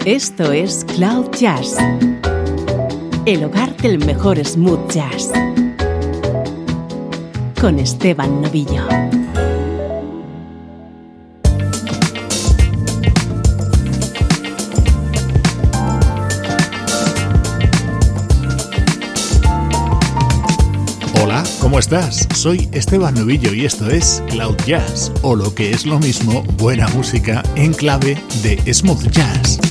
Esto es Cloud Jazz, el hogar del mejor smooth jazz, con Esteban Novillo. Hola, ¿cómo estás? Soy Esteban Novillo y esto es Cloud Jazz, o lo que es lo mismo, buena música en clave de smooth jazz.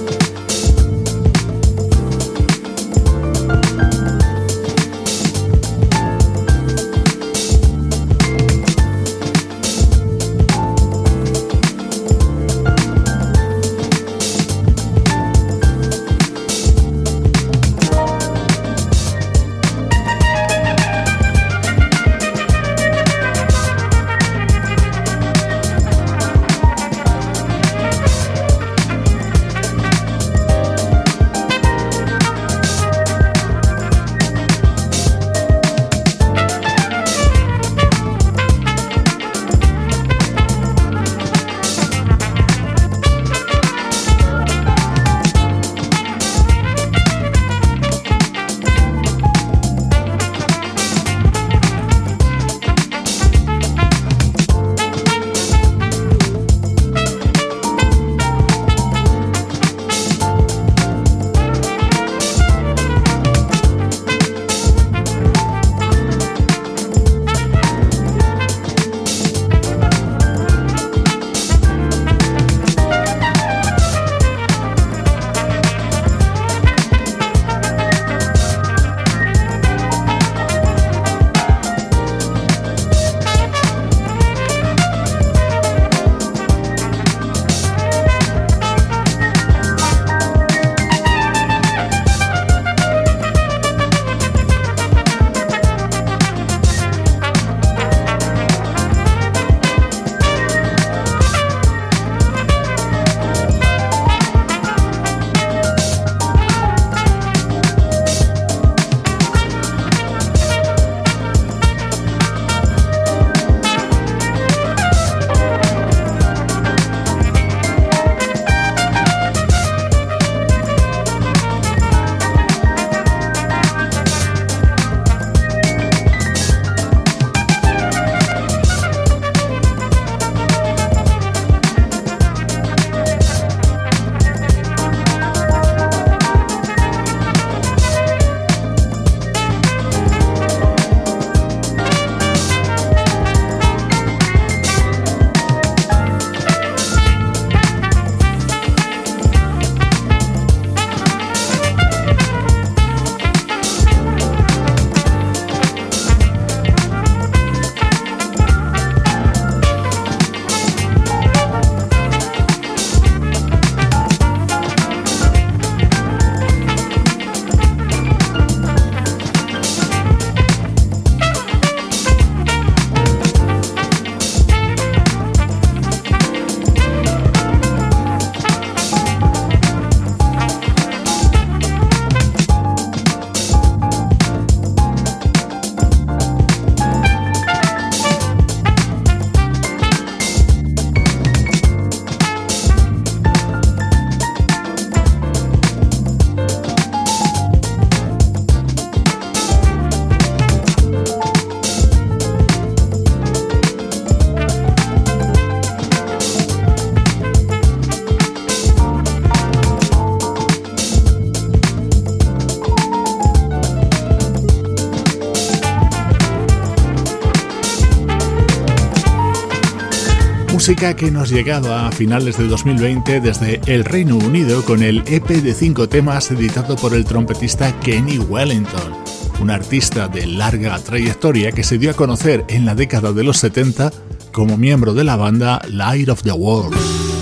Música que nos llegaba a finales de 2020 desde el Reino Unido con el EP de 5 temas editado por el trompetista Kenny Wellington, un artista de larga trayectoria que se dio a conocer en la década de los 70 como miembro de la banda Light of the World.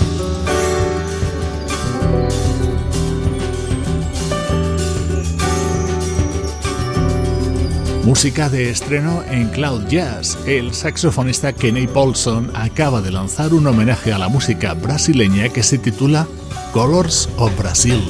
Música de estreno en Cloud Jazz. El saxofonista Kenny Paulson acaba de lanzar un homenaje a la música brasileña que se titula Colors of Brazil.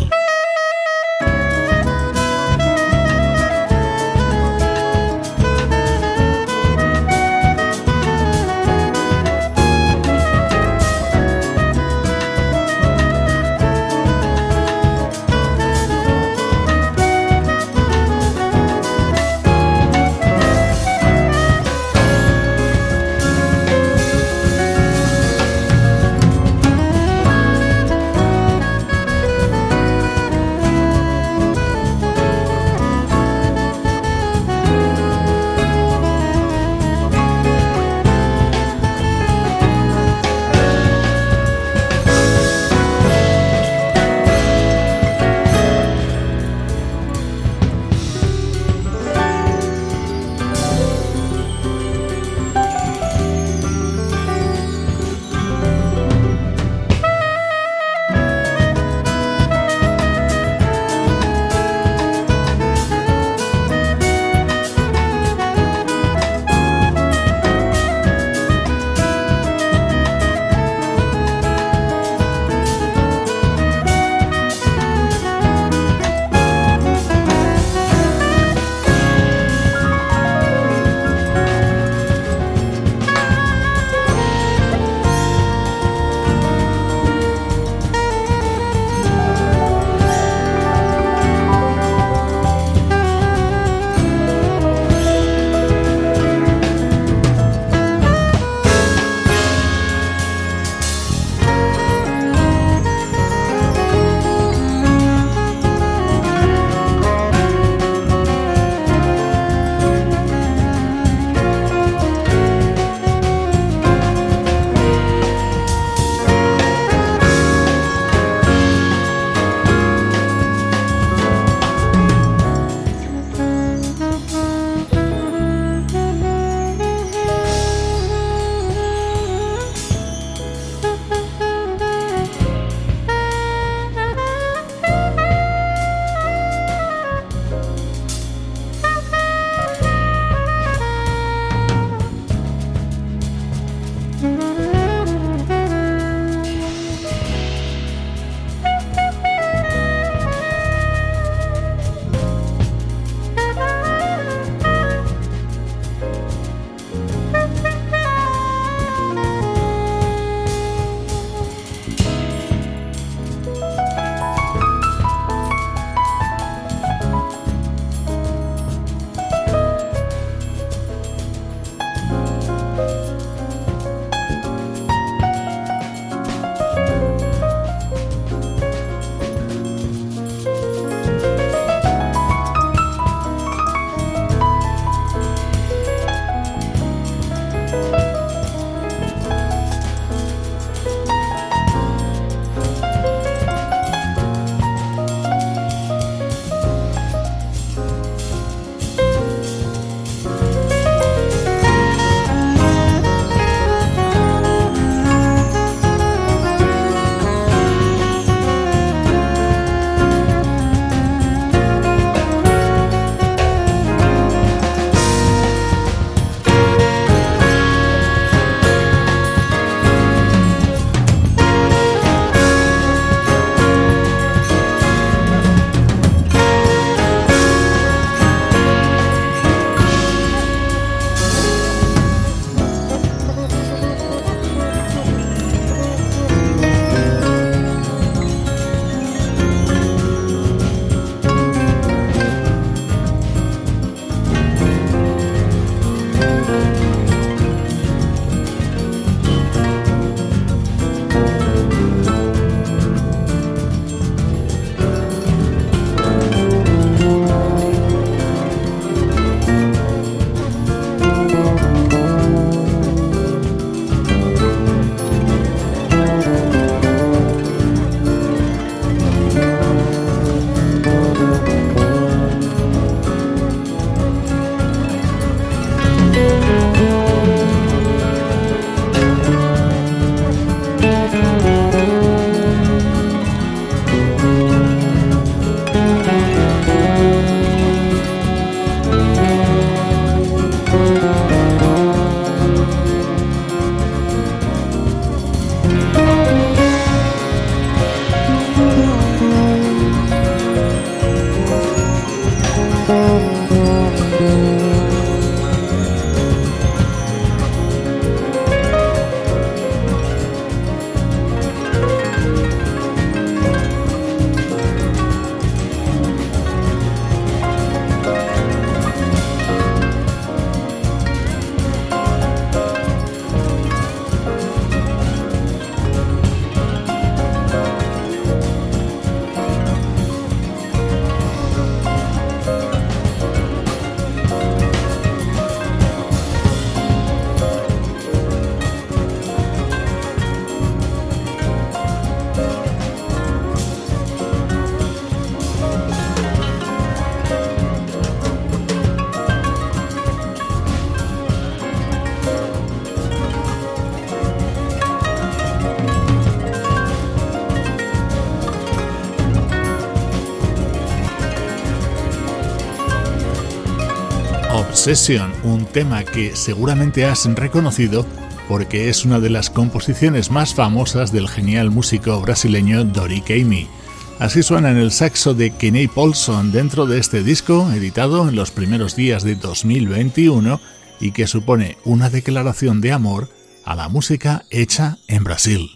Obsession, un tema que seguramente has reconocido porque es una de las composiciones más famosas del genial músico brasileño Dori Caymmi. Así suena en el saxo de Kenny Paulson dentro de este disco, editado en los primeros días de 2021 y que supone una declaración de amor a la música hecha en Brasil.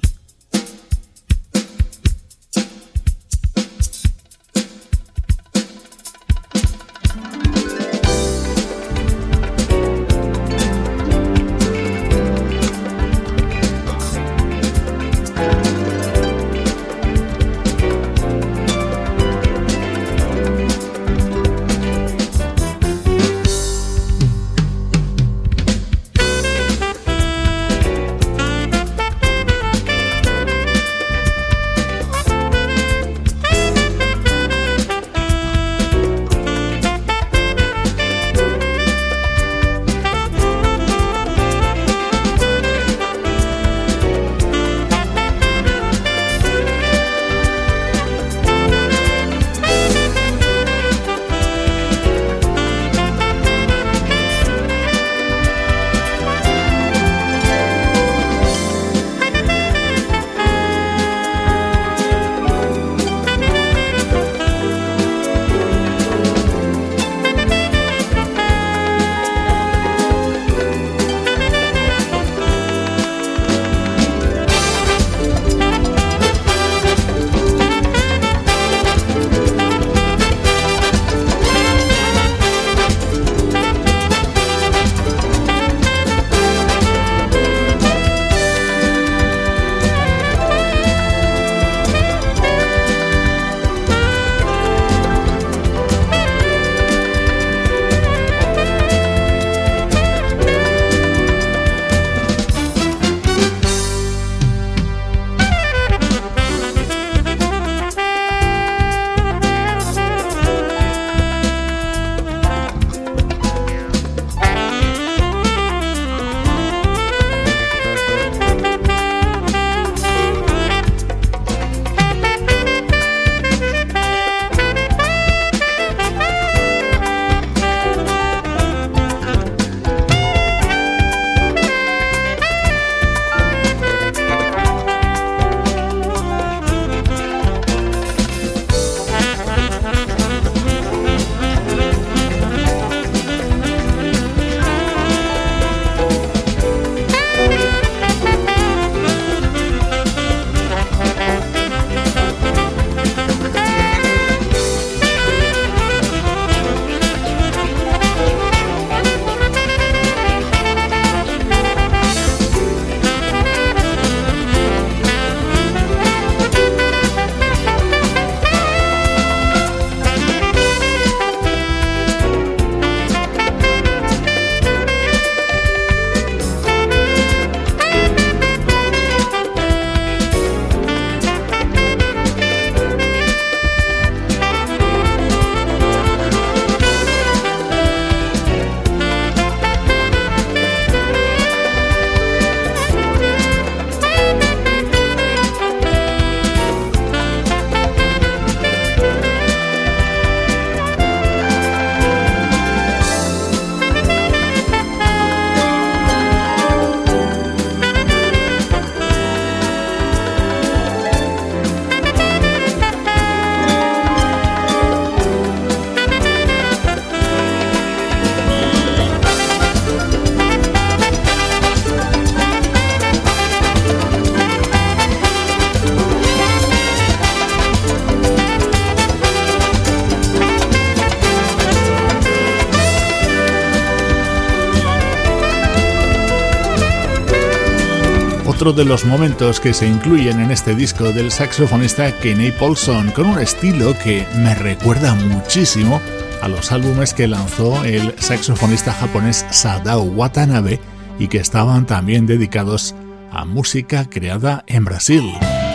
otro de los momentos que se incluyen en este disco del saxofonista Kenny Paulson, con un estilo que me recuerda muchísimo a los álbumes que lanzó el saxofonista japonés Sadao Watanabe y que estaban también dedicados a música creada en Brasil.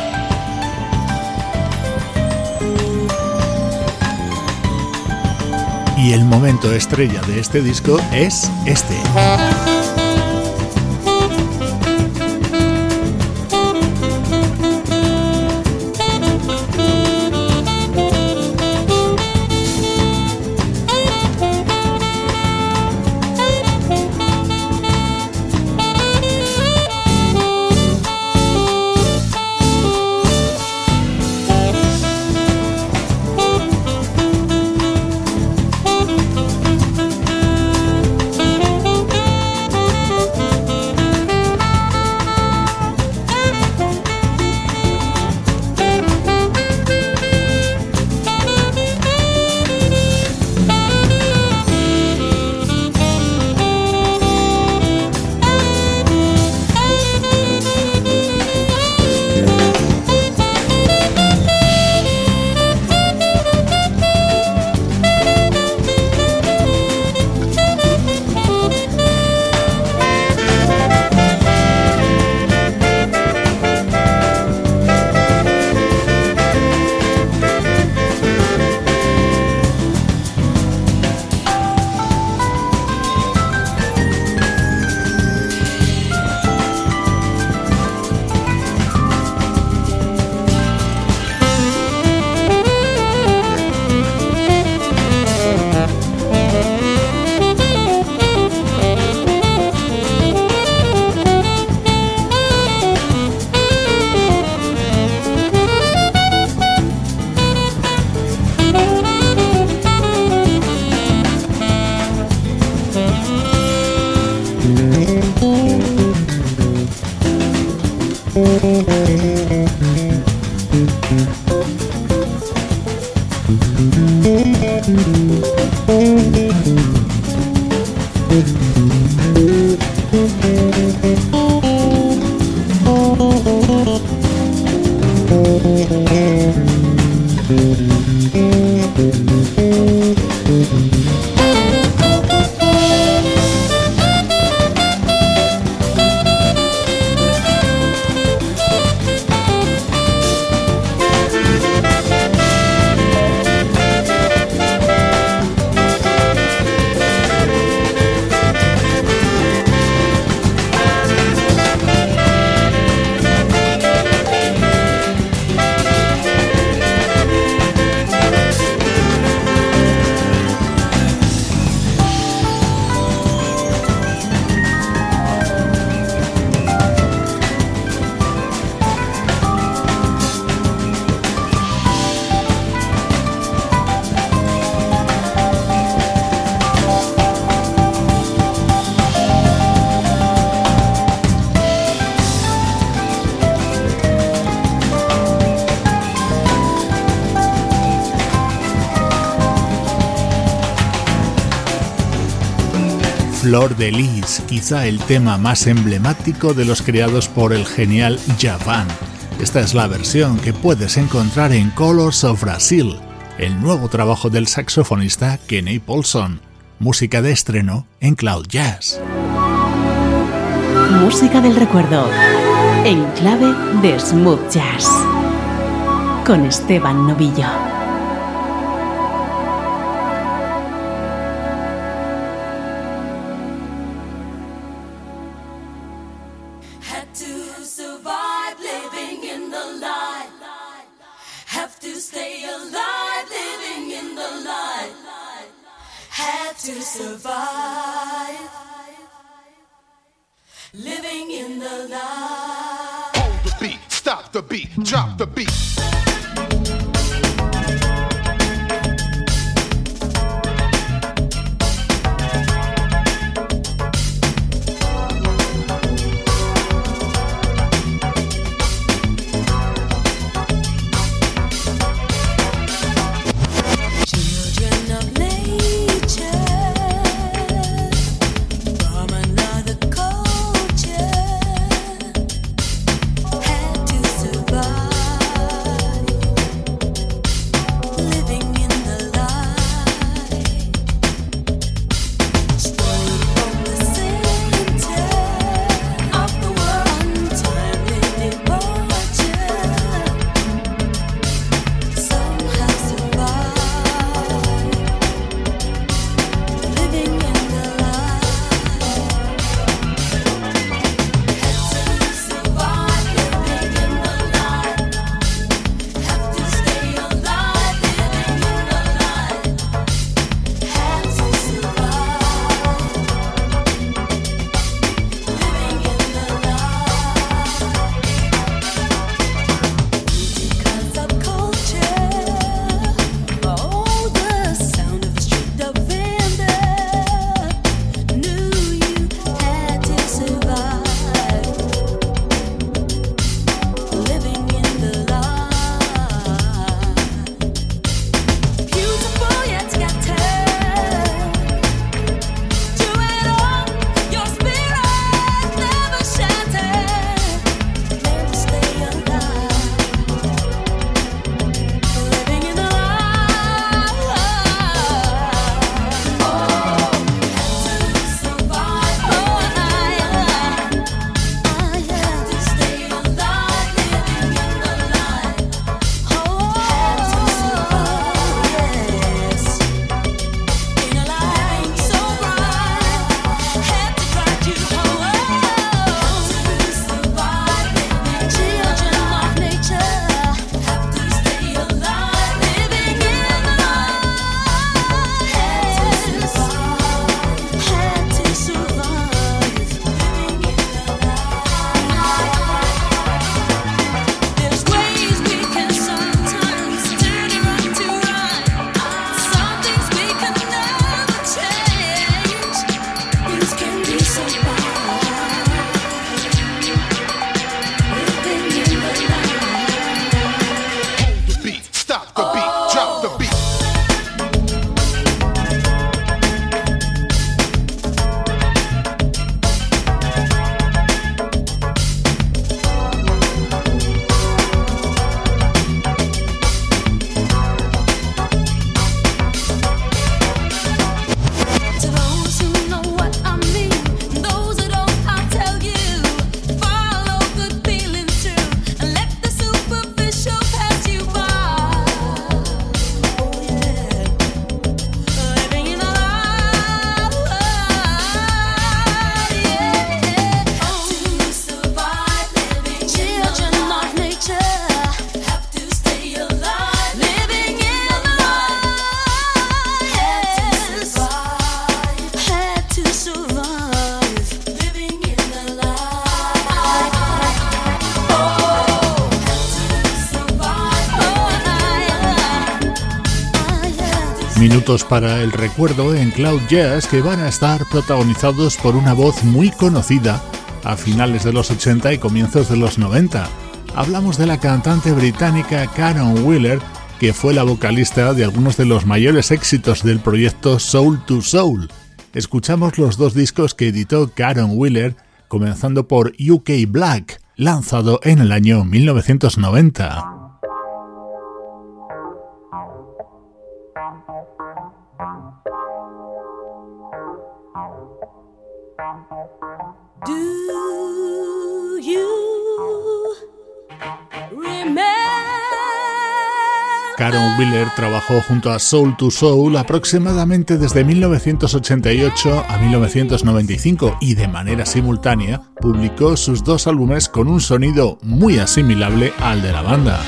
Y el momento estrella de este disco es este. Flor de Lis, quizá el tema más emblemático de los creados por el genial Djavan. Esta es la versión que puedes encontrar en Colors of Brazil, el nuevo trabajo del saxofonista Kenny Paulson. Música de estreno en Cloud Jazz. Música del recuerdo, en clave de smooth jazz, con Esteban Novillo. To survive, living in the light. Hold the beat, stop the beat, drop the beat. Had to survive. minutos para el recuerdo en Cloud Jazz que van a estar protagonizados por una voz muy conocida a finales de los 80 y comienzos de los 90. Hablamos de la cantante británica Karen Wheeler, que fue la vocalista de algunos de los mayores éxitos del proyecto Soul II Soul. Escuchamos los dos discos que editó Karen Wheeler, comenzando por UK Black, lanzado en el año 1990. Karen Wheeler trabajó junto a Soul II Soul aproximadamente desde 1988 a 1995 y de manera simultánea publicó sus dos álbumes con un sonido muy asimilable al de la banda.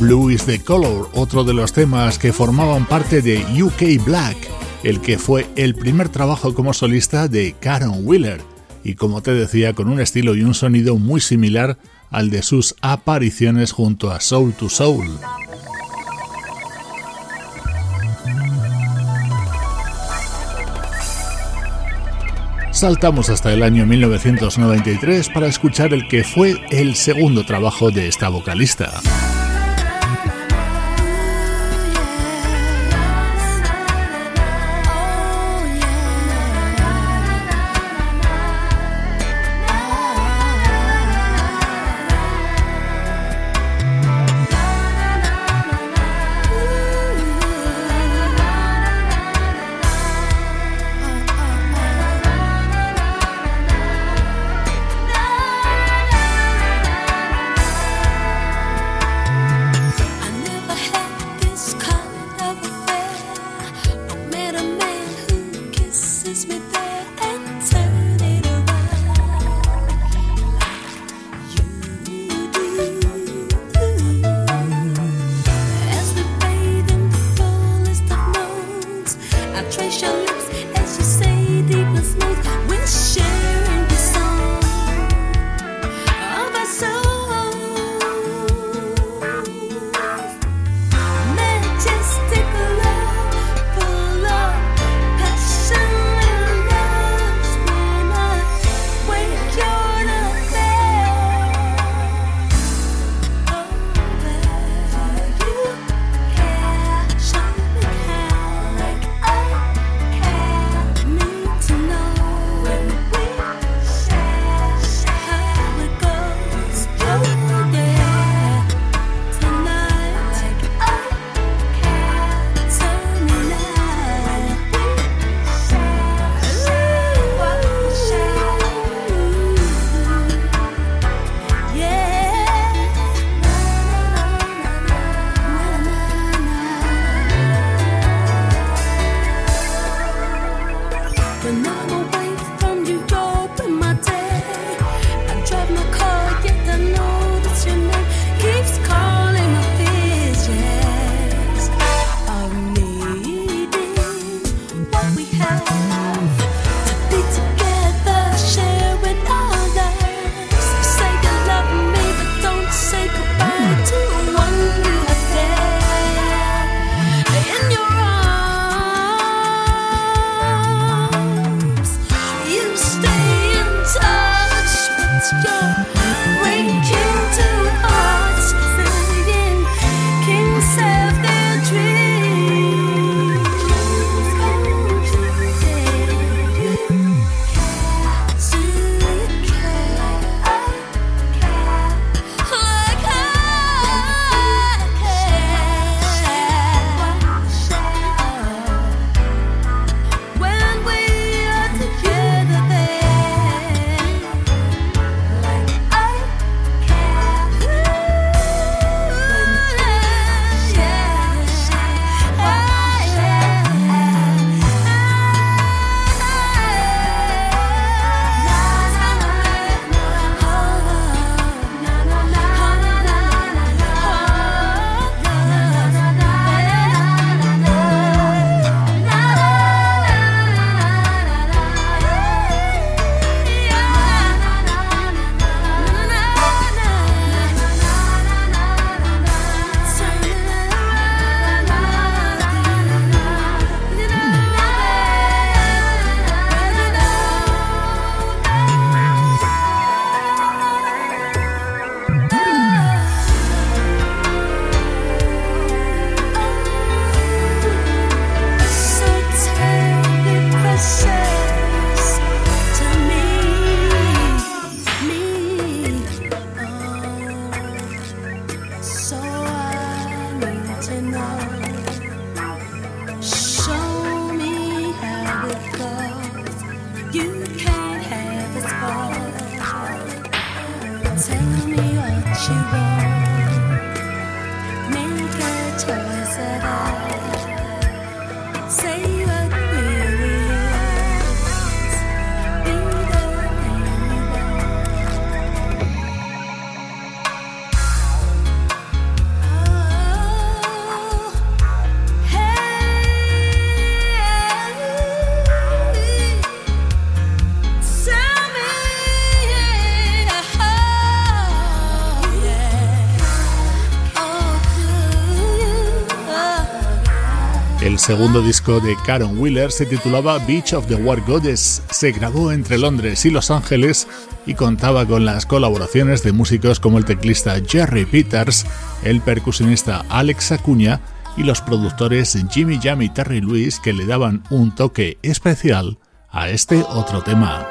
Blue is the Color, otro de los temas que formaban parte de UK Black, el que fue el primer trabajo como solista de Karen Wheeler, y como te decía, con un estilo y un sonido muy similar al de sus apariciones junto a Soul II Soul. Saltamos hasta el año 1993 para escuchar el que fue el segundo trabajo de esta vocalista. El segundo disco de Karen Wheeler se titulaba Beach of the War Goddess. Se grabó entre Londres y Los Ángeles y contaba con las colaboraciones de músicos como el teclista Jerry Peters, el percusionista Alex Acuña y los productores Jimmy Jam y Terry Lewis, que le daban un toque especial a este otro tema.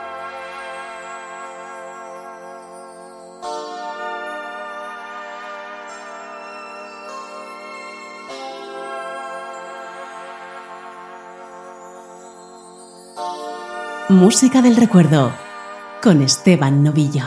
Música del recuerdo con Esteban Novillo.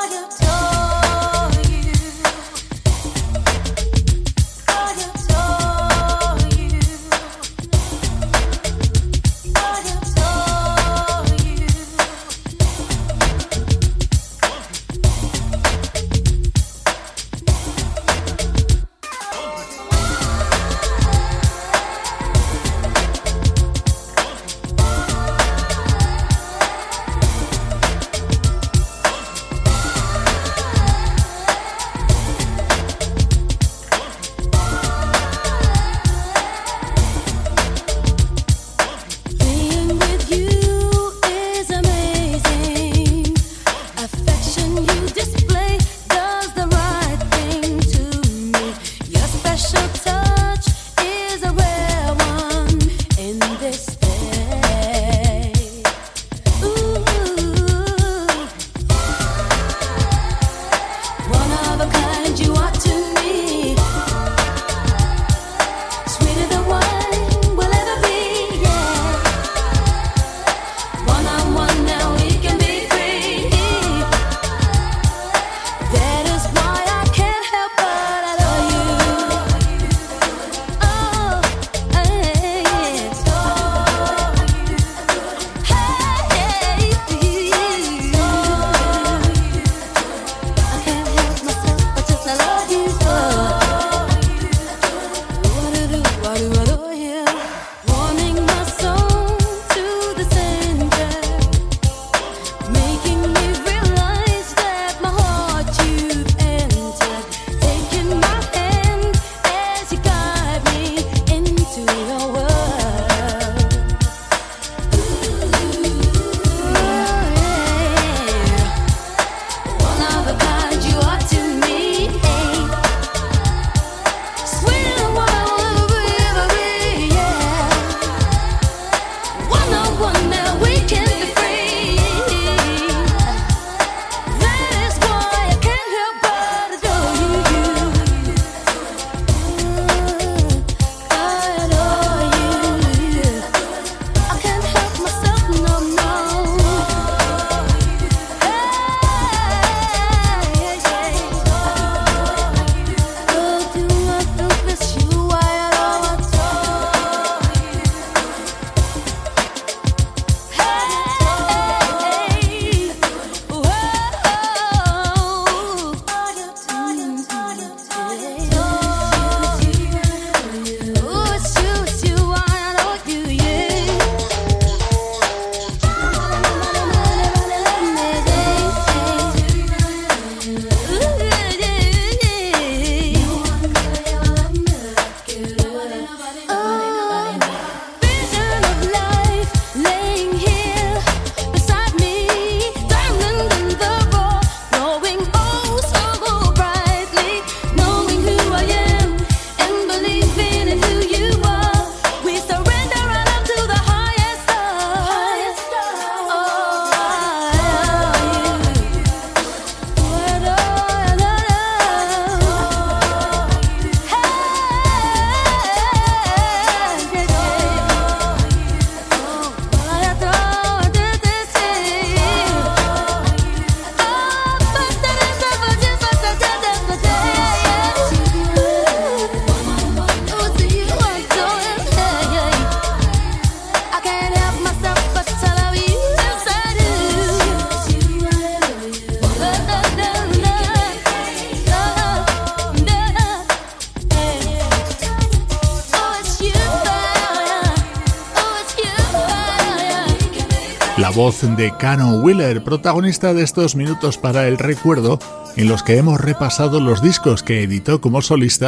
La voz de Karen Wheeler, protagonista de estos minutos para el recuerdo, en los que hemos repasado los discos que editó como solista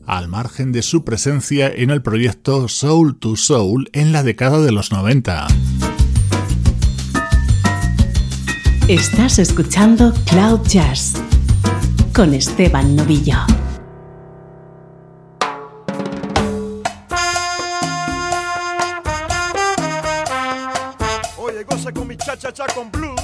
al margen de su presencia en el proyecto Soul to Soul en la década de los 90. Estás escuchando Cloud Jazz con Esteban Novillo. Oye, goza con mi cha-cha-cha con blues.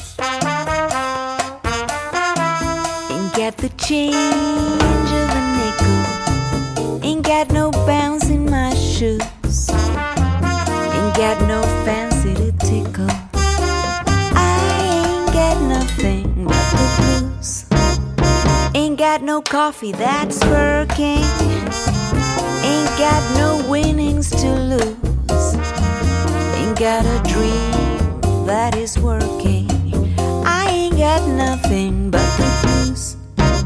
Ain't got the change of a nickel. Ain't got no bounce in my shoes. Ain't got no fancy to tickle. I ain't got nothing but the blues. Ain't got no coffee that's working. Ain't got no winnings to lose. Ain't got a dream that is working. I ain't got nothing but the blues.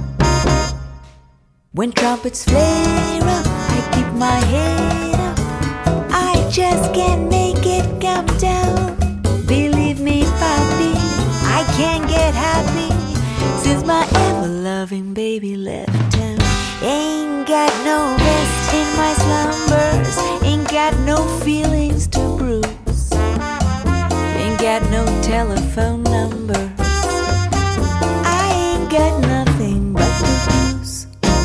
When trumpets flare up, I keep my head up. I just can't make it come down. Believe me, papi, I can't get happy since my ever-loving baby left town. Ain't got no rest in my slumbers. Ain't got no feelings to bruise. Ain't got no telephone numbers. I ain't got nothing but the blues.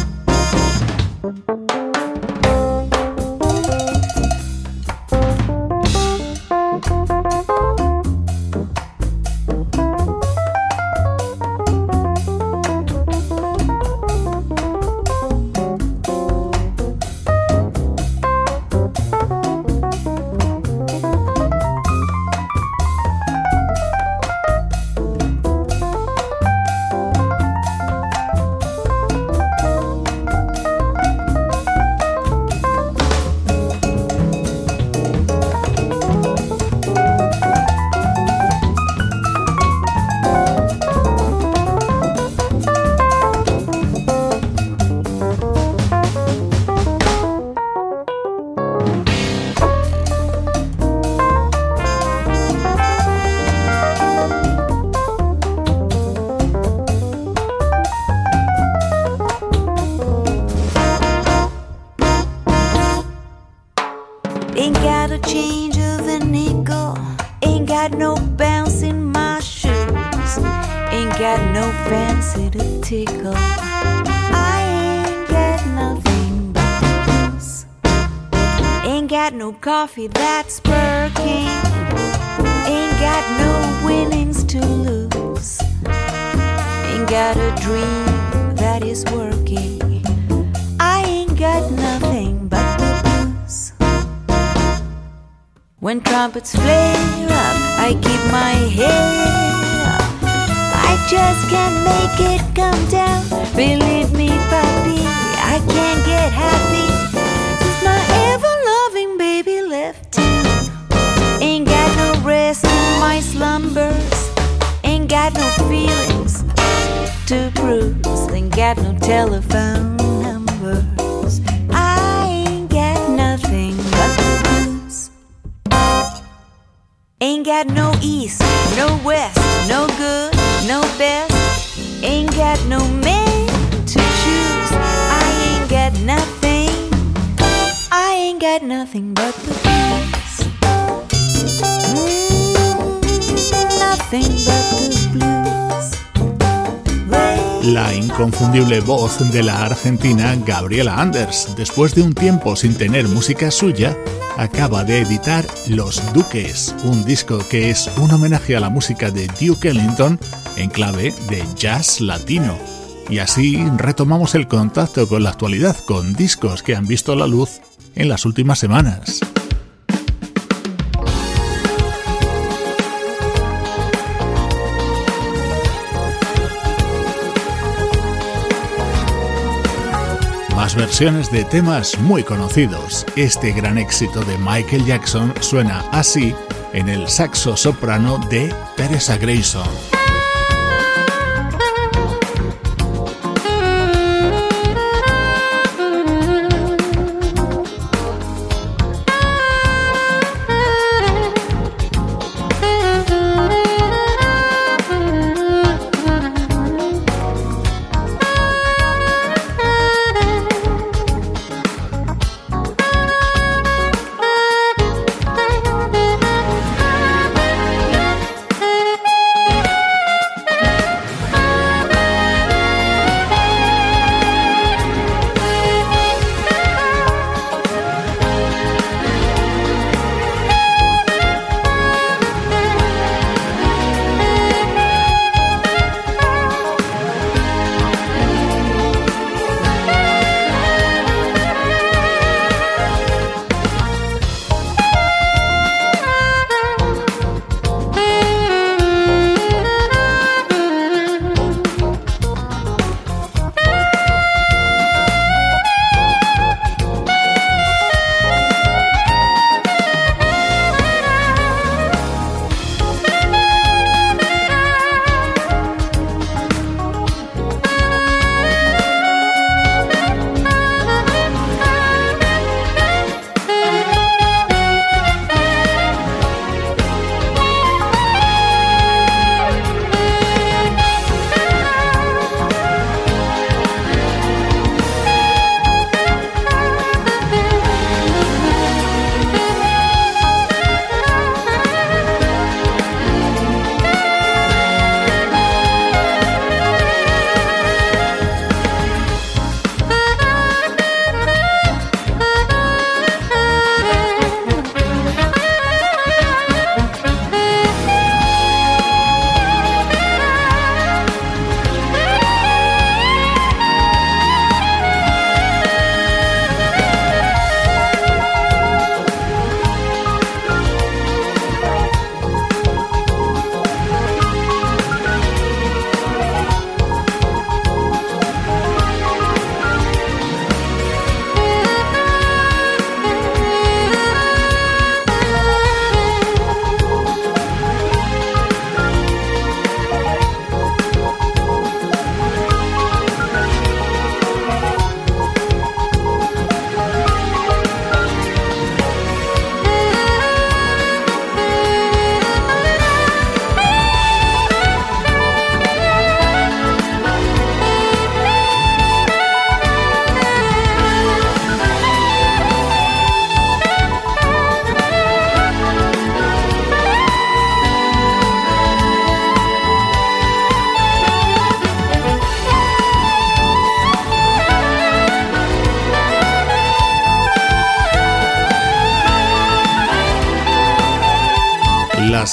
Ain't got a change of a nickel. Ain't got no bounce in my shoes. Ain't got no fancy to tickle. I ain't got nothing but the blues. Ain't got no coffee that's working. Ain't got no winnings to lose. Ain't got a dream that is working. I ain't got nothing but the blues. When trumpets flare up, I keep my head up. I just can't make it come down. Believe me, papi, I can't get happy since my ever-loving baby left town. Ain't got no rest in my slumbers. Ain't got no feelings to bruise. Ain't got no telephone numbers. I ain't got nothing but the blues. Ain't got no east, no west, no good, no best. Ain't got no man to choose. I ain't got nothing. I ain't got nothing but the blues. Nothing but the blues. La inconfundible voz de la argentina Gabriela Anders, después de un tiempo sin tener música suya, acaba de editar Los Duques, un disco que es un homenaje a la música de Duke Ellington en clave de jazz latino. Y así retomamos el contacto con la actualidad, con discos que han visto la luz en las últimas semanas. Más versiones de temas muy conocidos. Este gran éxito de Michael Jackson suena así en el saxo soprano de Teresa Grayson.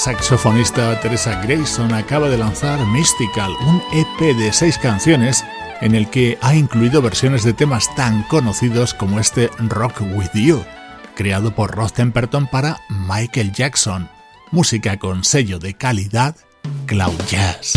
saxofonista Teresa Grayson acaba de lanzar Mystical, un EP de 6 canciones en el que ha incluido versiones de temas tan conocidos como este Rock With You, creado por Rod Temperton para Michael Jackson. Música con sello de calidad Cloud Jazz.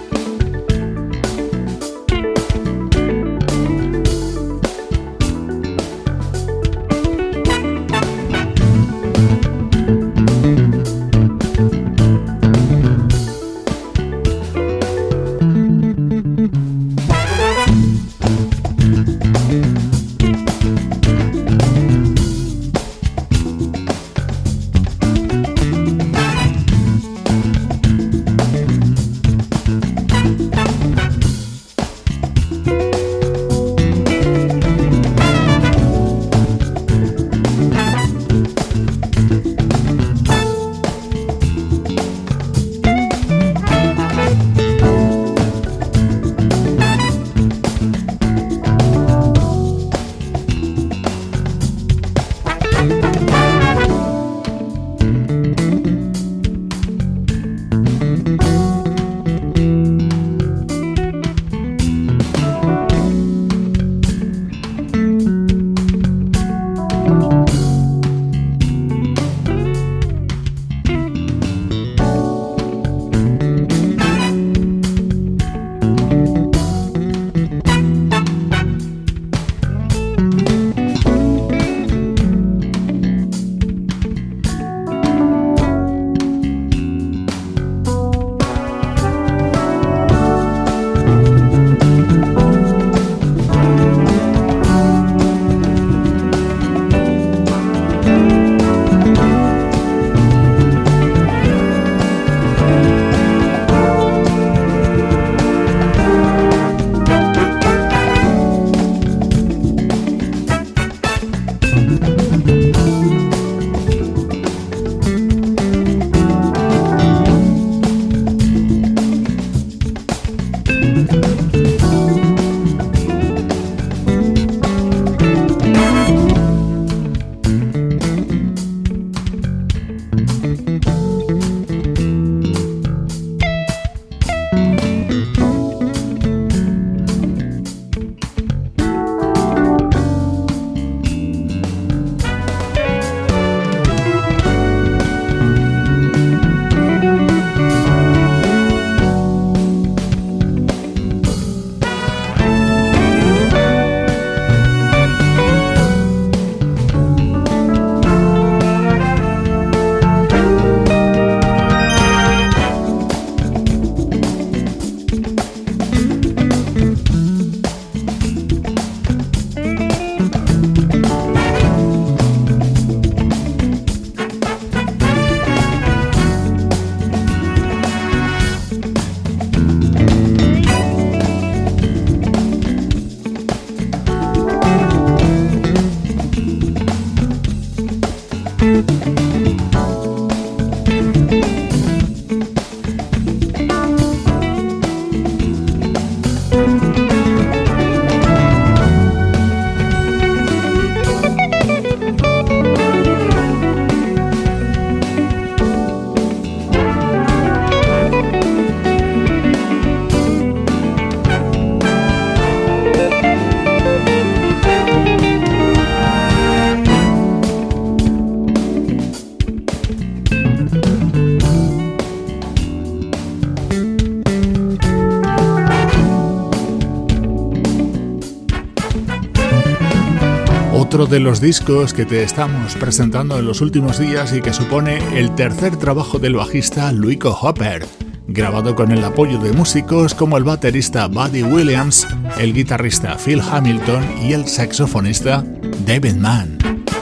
Otro de los discos que te estamos presentando en los últimos días y que supone el tercer trabajo del bajista Luiko Hopper, grabado con el apoyo de músicos como el baterista Buddy Williams, el guitarrista Phil Hamilton y el saxofonista David Mann.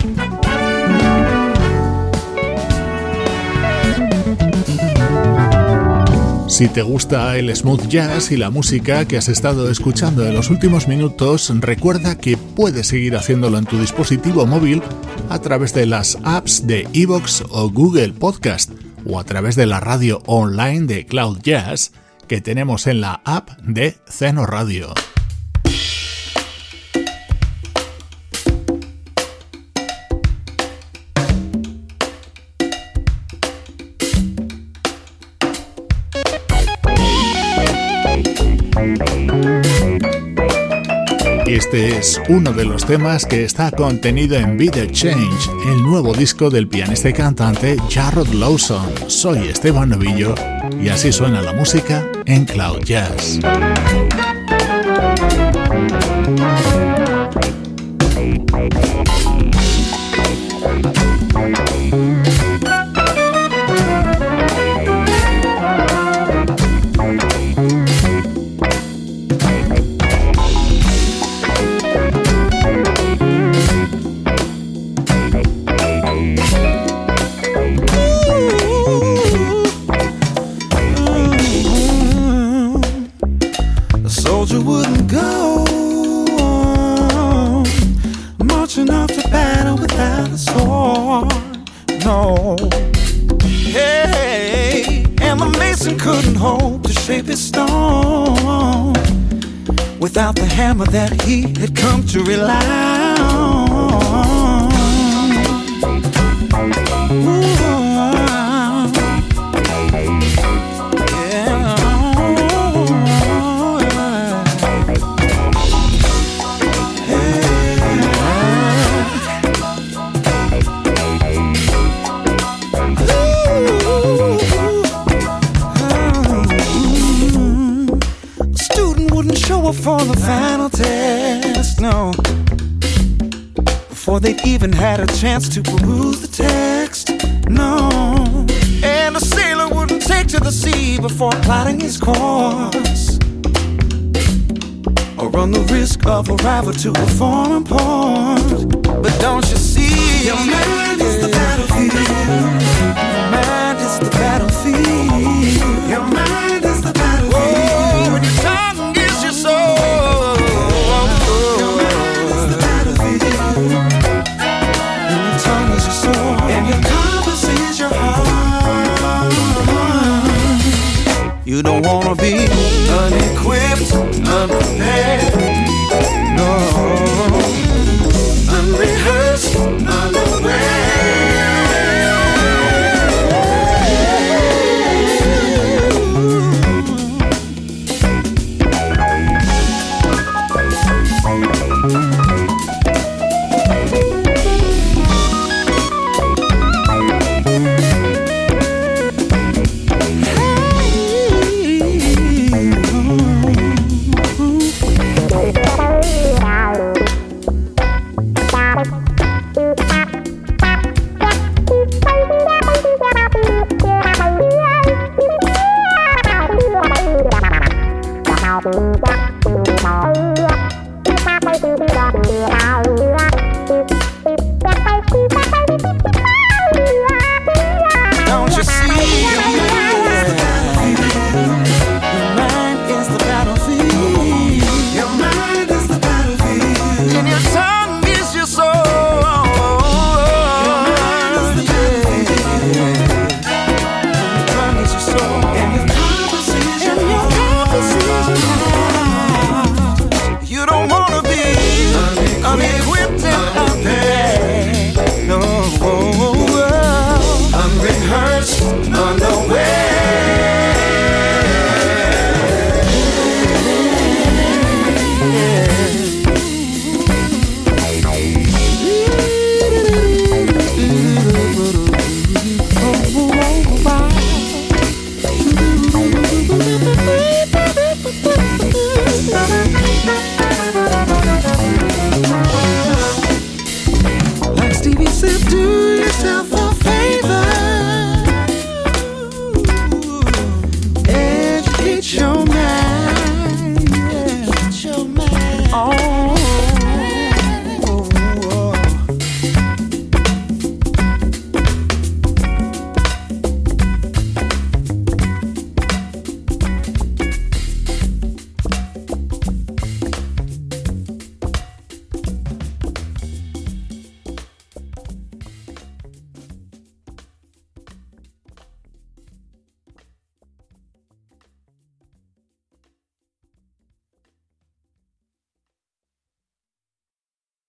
Si te gusta el smooth jazz y la música que has estado escuchando en los últimos minutos, recuerda que puedes seguir haciéndolo en tu dispositivo móvil a través de las apps de iVoox o Google Podcast o a través de la radio online de Cloud Jazz que tenemos en la app de Zeno Radio. Este es uno de los temas que está contenido en Be The Change, el nuevo disco del pianista y cantante Jarrod Lawson. Soy Esteban Novillo y así suena la música en Cloud Jazz. Without the hammer that he had come to rely on. Ooh, yeah. For the final test, no, before they'd even had a chance to peruse the text, no. And a sailor wouldn't take to the sea before plotting his course, or run the risk of arrival to a foreign port. But don't you see, your mind is the battlefield. Your mind is the battlefield. Your mind is the battlefield. Oh, and your tongue is your soul. Your mind is the battlefield. And your tongue is your soul. And your compass is your heart. You don't wanna be unequipped, unprepared. No. Unrehearsed, unaware. Bye.